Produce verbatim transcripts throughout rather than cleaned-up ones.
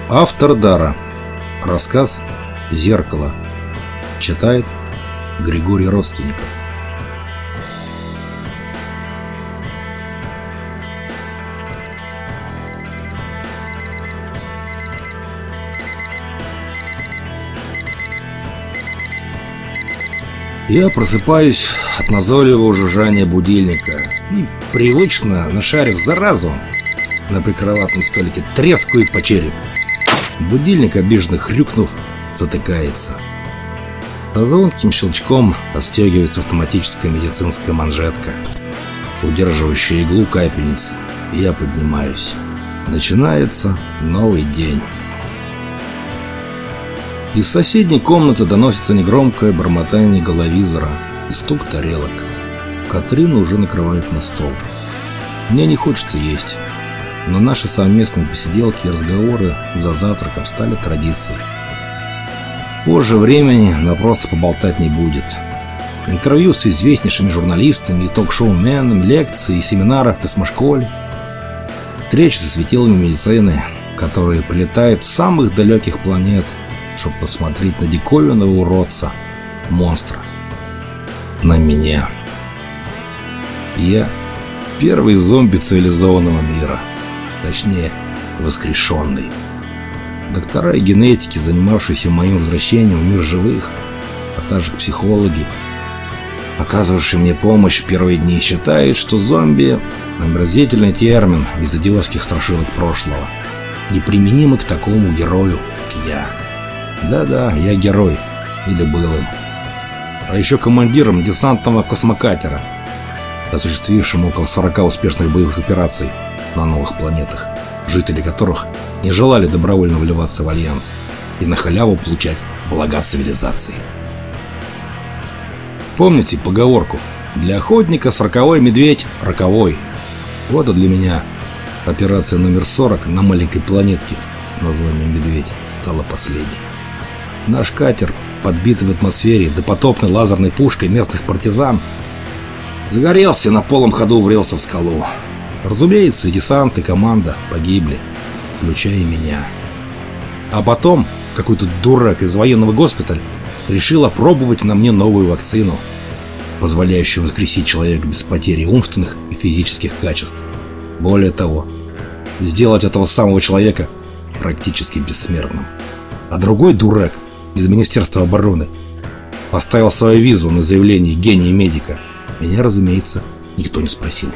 Автор дара. Рассказ «Зеркало». Читает Григорий Родственников. Я просыпаюсь от назойливого жужжания будильника и, привычно нашарив заразу на прикроватном столике, трескаю по черепу. Будильник, обиженно хрюкнув, затыкается. А звонким щелчком отстегивается автоматическая медицинская манжетка, удерживающая иглу капельницы. И я поднимаюсь. Начинается новый день. Из соседней комнаты доносится негромкое бормотание головизора и стук тарелок. Катрина уже накрывает на стол. Мне не хочется есть, но наши совместные посиделки и разговоры за завтраком стали традицией. Позже времени на просто поболтать не будет. Интервью с известнейшими журналистами и ток-шоуменами, лекции и семинары в космошколе. Встречи со светилами медицины, которые прилетают с самых далеких планет, чтобы посмотреть на диковинного уродца, монстра. На меня. Я первый зомби цивилизованного мира. Точнее, воскрешенный. Доктора и генетики, занимавшиеся моим возвращением в мир живых, а также психологи, оказывавшие мне помощь в первые дни, считают, что зомби – омерзительный термин из идиотских страшилок прошлого, неприменимый к такому герою, как я. Да-да, я герой. Или был им. А еще командиром десантного космокатера, осуществившим около сорока успешных боевых операций на новых планетах, жители которых не желали добровольно вливаться в Альянс и на халяву получать блага цивилизации. Помните поговорку «Для охотника сороковой медведь роковой»? Вот и для меня операция номер сорок на маленькой планетке с названием «Медведь» стала последней. Наш катер, подбитый в атмосфере допотопной лазерной пушкой местных партизан, загорелся и на полном ходу врезался в скалу. Разумеется, и десант, и команда погибли, включая меня. А потом какой-то дурак из военного госпиталя решил опробовать на мне новую вакцину, позволяющую воскресить человека без потери умственных и физических качеств. Более того, сделать этого самого человека практически бессмертным. А другой дурак из Министерства обороны поставил свою визу на заявление гения медика. Меня, разумеется, никто не спросил.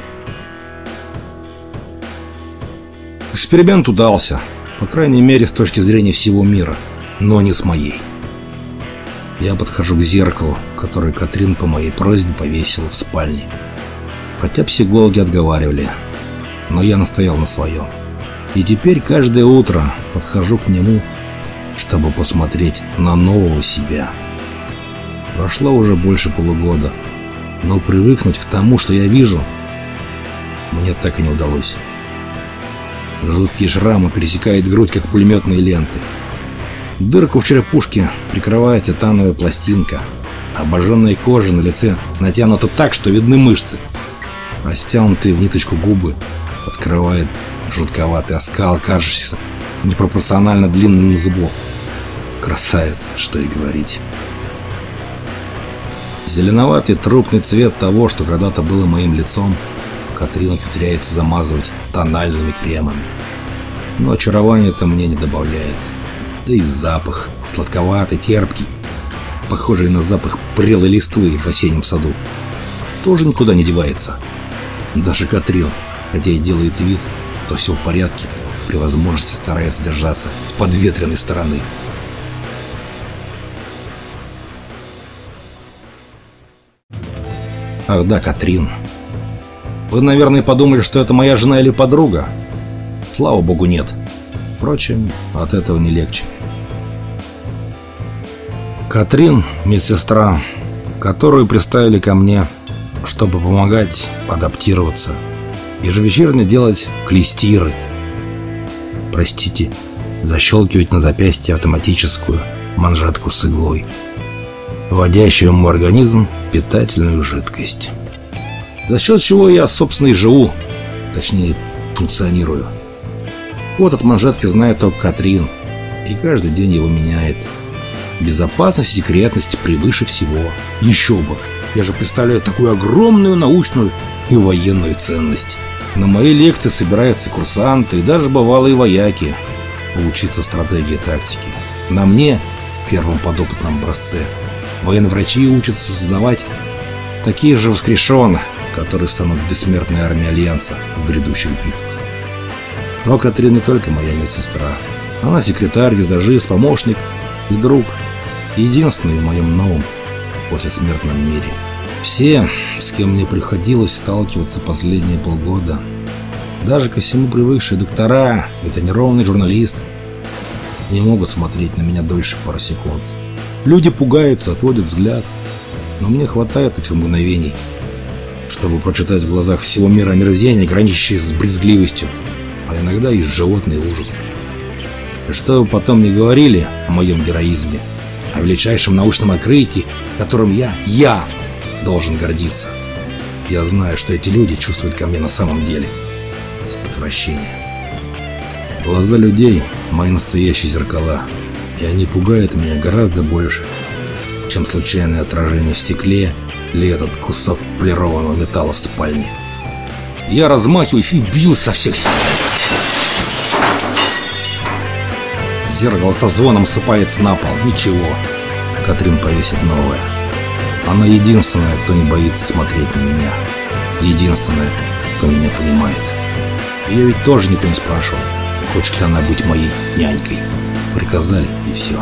Эксперимент удался, по крайней мере, с точки зрения всего мира, но не с моей. Я подхожу к зеркалу, которое Катрин по моей просьбе повесила в спальне. Хотя психологи отговаривали, но я настоял на своем. И теперь каждое утро подхожу к нему, чтобы посмотреть на нового себя. Прошло уже больше полугода, но привыкнуть к тому, что я вижу, мне так и не удалось. Жуткие шрамы пересекают грудь, как пулеметные ленты. Дырку в черепушке прикрывает титановая пластинка. Обожженная кожа на лице натянута так, что видны мышцы. А стянутые в ниточку губы открывает жутковатый оскал, кажущийся непропорционально длинным зубов. Красавец, что и говорить. Зеленоватый трупный цвет того, что когда-то было моим лицом, Катрина ухитряется замазывать тональными кремами. Но очарование это мне не добавляет. Да и запах, сладковатый, терпкий, похожий на запах прелой листвы в осеннем саду, тоже никуда не девается. Даже Катрин, хотя и делает вид, что все в порядке, при возможности старается держаться с подветренной стороны. Ах да, Катрин. Вы, наверное, подумали, что это моя жена или подруга. Слава богу, нет. Впрочем, от этого не легче. Катрин – медсестра, которую приставили ко мне, чтобы помогать адаптироваться. Ежевечерне делать клестиры. Простите, защелкивать на запястье автоматическую манжетку с иглой, вводящую в мой организм питательную жидкость. За счет чего я, собственно, и живу, точнее, функционирую. Вот от манжетки знает только Катрин, и каждый день его меняет. Безопасность и секретность превыше всего. Еще бы! Я же представляю такую огромную научную и военную ценность. На мои лекции собираются курсанты и даже бывалые вояки учиться стратегии и тактики. На мне, первом подопытном образце, военврачи учатся создавать таких же воскрешенных, которые станут бессмертной армией Альянса в грядущих битвах. Но Катрин не только моя медсестра. Она секретарь, визажист, помощник и друг. Единственный в моем новом послесмертном мире. Все, с кем мне приходилось сталкиваться последние полгода, даже ко всему привыкшие доктора и тренированный журналист, не могут смотреть на меня дольше пары секунд. Люди пугаются, отводят взгляд, но мне хватает этих мгновений, чтобы прочитать в глазах всего мира омерзение, граничащее с брезгливостью, а иногда и животный ужас. И что вы потом не говорили о моем героизме, о величайшем научном открытии, которым я, я должен гордиться. Я знаю, что эти люди чувствуют ко мне на самом деле отвращение. Глаза людей — мои настоящие зеркала, и они пугают меня гораздо больше, чем случайное отражение в стекле или этот кусок полированного металла в спальне. Я размахиваюсь и бью со всех сил. Зеркало со звоном сыпается на пол. Ничего, Катрин повесит новое. Она единственная, кто не боится смотреть на меня. Единственная, кто меня понимает. Ее ведь тоже никто не спрашивал, хочет ли она быть моей нянькой. Приказали, и все.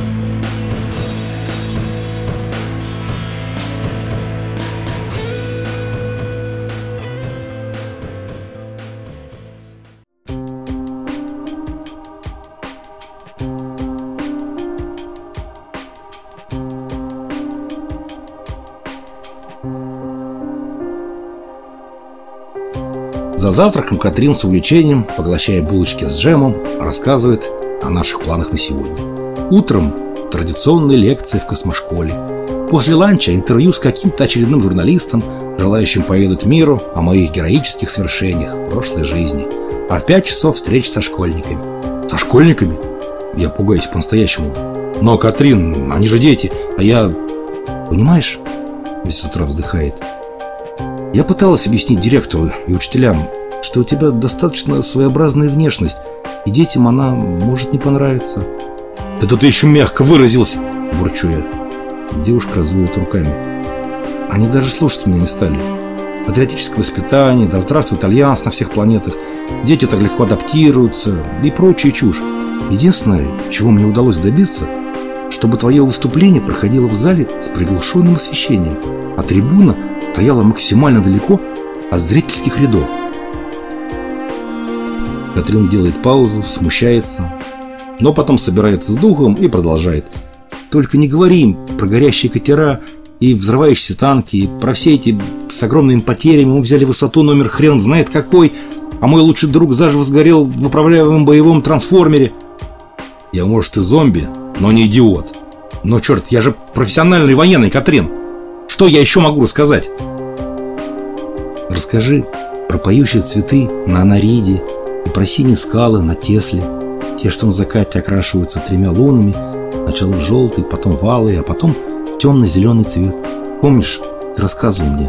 За завтраком Катрин с увлечением, поглощая булочки с джемом, рассказывает о наших планах на сегодня. Утром традиционные лекции в космошколе. После ланча интервью с каким-то очередным журналистом, желающим поведать миру о моих героических свершениях в прошлой жизни. А в пять часов встреч со школьниками. Со школьниками? Я пугаюсь по-настоящему. Но, Катрин, они же дети, а я... Понимаешь? Медсестра вздыхает. Я пыталась объяснить директору и учителям, что у тебя достаточно своеобразная внешность, и детям она может не понравиться. Это ты еще мягко выразился, бурчу я. Девушка разводит руками. Они даже слушать меня не стали. Патриотическое воспитание, да здравствует альянс на всех планетах, дети так легко адаптируются и прочая чушь. Единственное, чего мне удалось добиться, чтобы твое выступление проходило в зале с приглушенным освещением, а трибуна стояла максимально далеко от зрительских рядов. Катрин делает паузу, смущается, но потом собирается с духом и продолжает. Только не говори им про горящие катера и взрывающиеся танки, и про все эти с огромными потерями. Мы взяли высоту номер хрен знает какой, а мой лучший друг заживо сгорел в управляемом боевом трансформере. Я, может, и зомби, но не идиот. Но, черт, я же профессиональный военный, Катрин. Что я еще могу рассказать? Расскажи про поющие цветы на Анариде и про синие скалы на Тесле. Те, что на закате окрашиваются тремя лунами. Сначала в желтый, потом в алый, а потом в темно-зеленый цвет. Помнишь, ты рассказывал мне?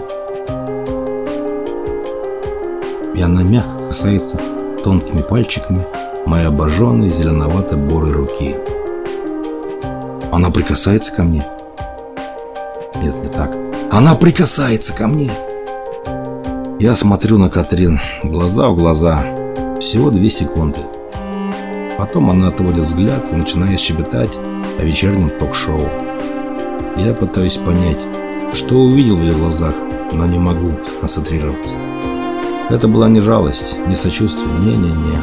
И она мягко касается тонкими пальчиками моей обожженной зеленовато-бурой руки. Она прикасается ко мне? Нет, не так. Она прикасается ко мне. Я смотрю на Катрин глаза в глаза. Всего две секунды. Потом она отводит взгляд и начинает щебетать о вечернем ток-шоу. Я пытаюсь понять, что увидел в ее глазах, но не могу сконцентрироваться. Это была не жалость, не сочувствие, не-не-не.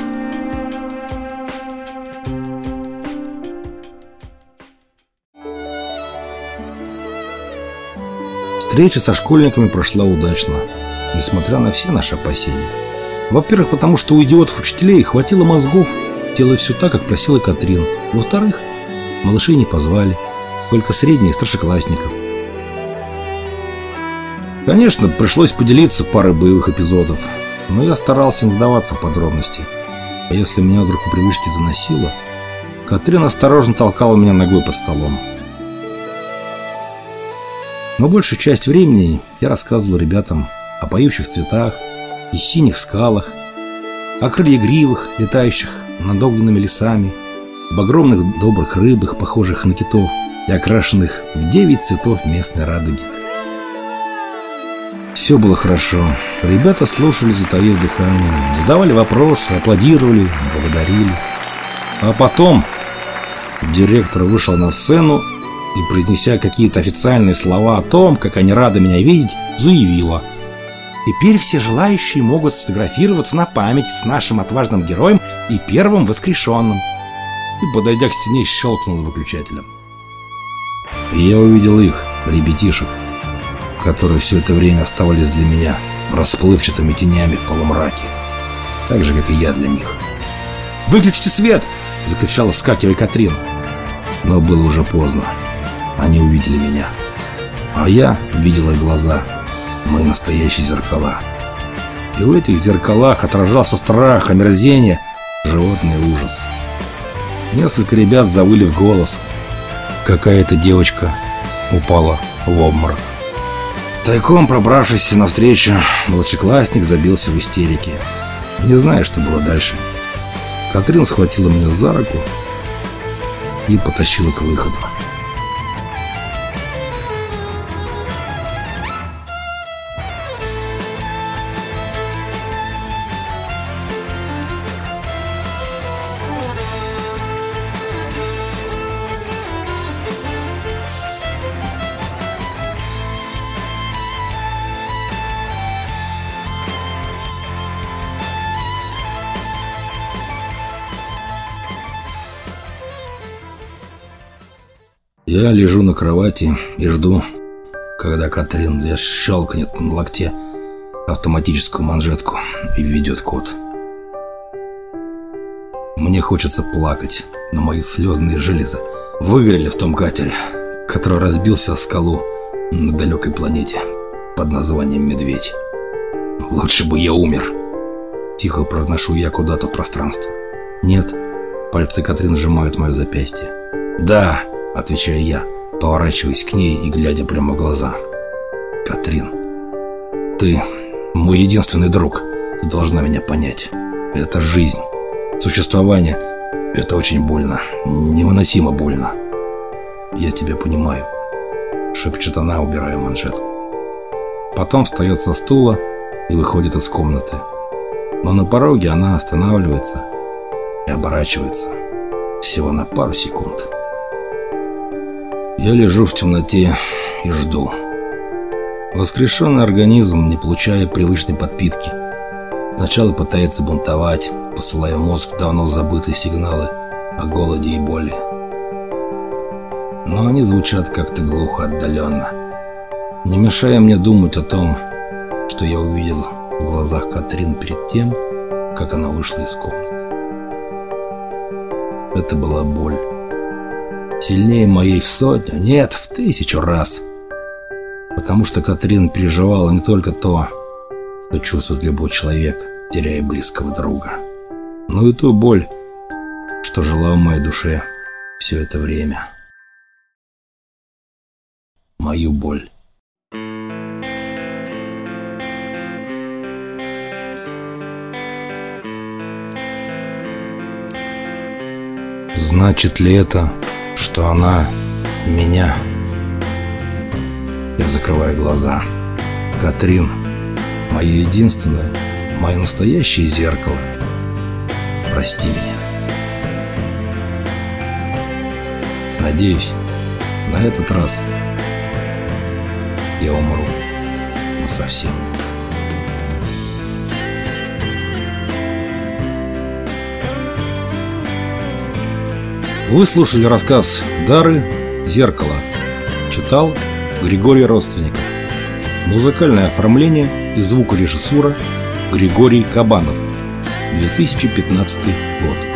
Встреча со школьниками прошла удачно, несмотря на все наши опасения. Во-первых, потому что у идиотов-учителей хватило мозгов делать все так, как просила Катрин. Во-вторых, малышей не позвали, только средние старшеклассников. Конечно, пришлось поделиться парой боевых эпизодов, но я старался не вдаваться в подробности. А если меня вдруг по привычке заносило, Катрин осторожно толкала меня ногой под столом. Но большую часть времени я рассказывал ребятам о поющих цветах и синих скалах, о крыльегривых, летающих над огненными лесами, об огромных добрых рыбах, похожих на китов и окрашенных в девять цветов местной радуги. Все было хорошо. Ребята слушали, затаив дыхание, задавали вопросы, аплодировали, благодарили. А потом директор вышел на сцену и, произнеся какие-то официальные слова о том, как они рады меня видеть, заявила: «Теперь все желающие могут сфотографироваться на память с нашим отважным героем и первым воскрешенным». И, подойдя к стене, щелкнул выключателем. И я увидел их, ребятишек, которые все это время оставались для меня расплывчатыми тенями в полумраке, так же, как и я для них. «Выключите свет!» — закричала, вскакивая Катрин. Но было уже поздно. Они увидели меня, а я видел их глаза, мои настоящие зеркала. И в этих зеркалах отражался страх, омерзение, животный ужас. Несколько ребят завыли в голос. Какая-то девочка упала в обморок. Тайком пробравшись навстречу, младшеклассник забился в истерике. Не знаю, что было дальше. Катрин схватила меня за руку и потащила к выходу. Я лежу на кровати и жду, когда Катрин защелкнет на локте автоматическую манжетку и введет код. Мне хочется плакать, но мои слезные железы выгорели в том катере, который разбился о скалу на далекой планете под названием Медведь. Лучше бы я умер. Тихо произношу я куда-то в пространство. Нет, пальцы Катрин сжимают мое запястье. Да, отвечаю я, поворачиваясь к ней и глядя прямо в глаза. Катрин, ты мой единственный друг. Ты должна меня понять. Это жизнь. Существование – это очень больно. Невыносимо больно. Я тебя понимаю, шепчет она, убирая манжетку. Потом встает со стула и выходит из комнаты. Но на пороге она останавливается и оборачивается. Всего на пару секунд. Я лежу в темноте и жду. Воскрешенный организм, не получая привычной подпитки, сначала пытается бунтовать, посылая в мозг давно забытые сигналы о голоде и боли. Но они звучат как-то глухо, отдаленно, не мешая мне думать о том, что я увидел в глазах Катрин перед тем, как она вышла из комнаты. Это была боль. Сильнее моей в сотню, нет, в тысячу раз. Потому что Катрин переживала не только то, что чувствует любой человек, теряя близкого друга, но и ту боль, что жила в моей душе все это время. Мою боль. Значит ли это, что она меня? Я закрываю глаза. Катрин, мое единственное, мое настоящее зеркало. Прости меня. Надеюсь, на этот раз я умру насовсем. Вы слушали рассказ «Дары. Зеркало». Читал Григорий Родственников. Музыкальное оформление и звукорежиссура Григорий Кабанов. две тысячи пятнадцатый год.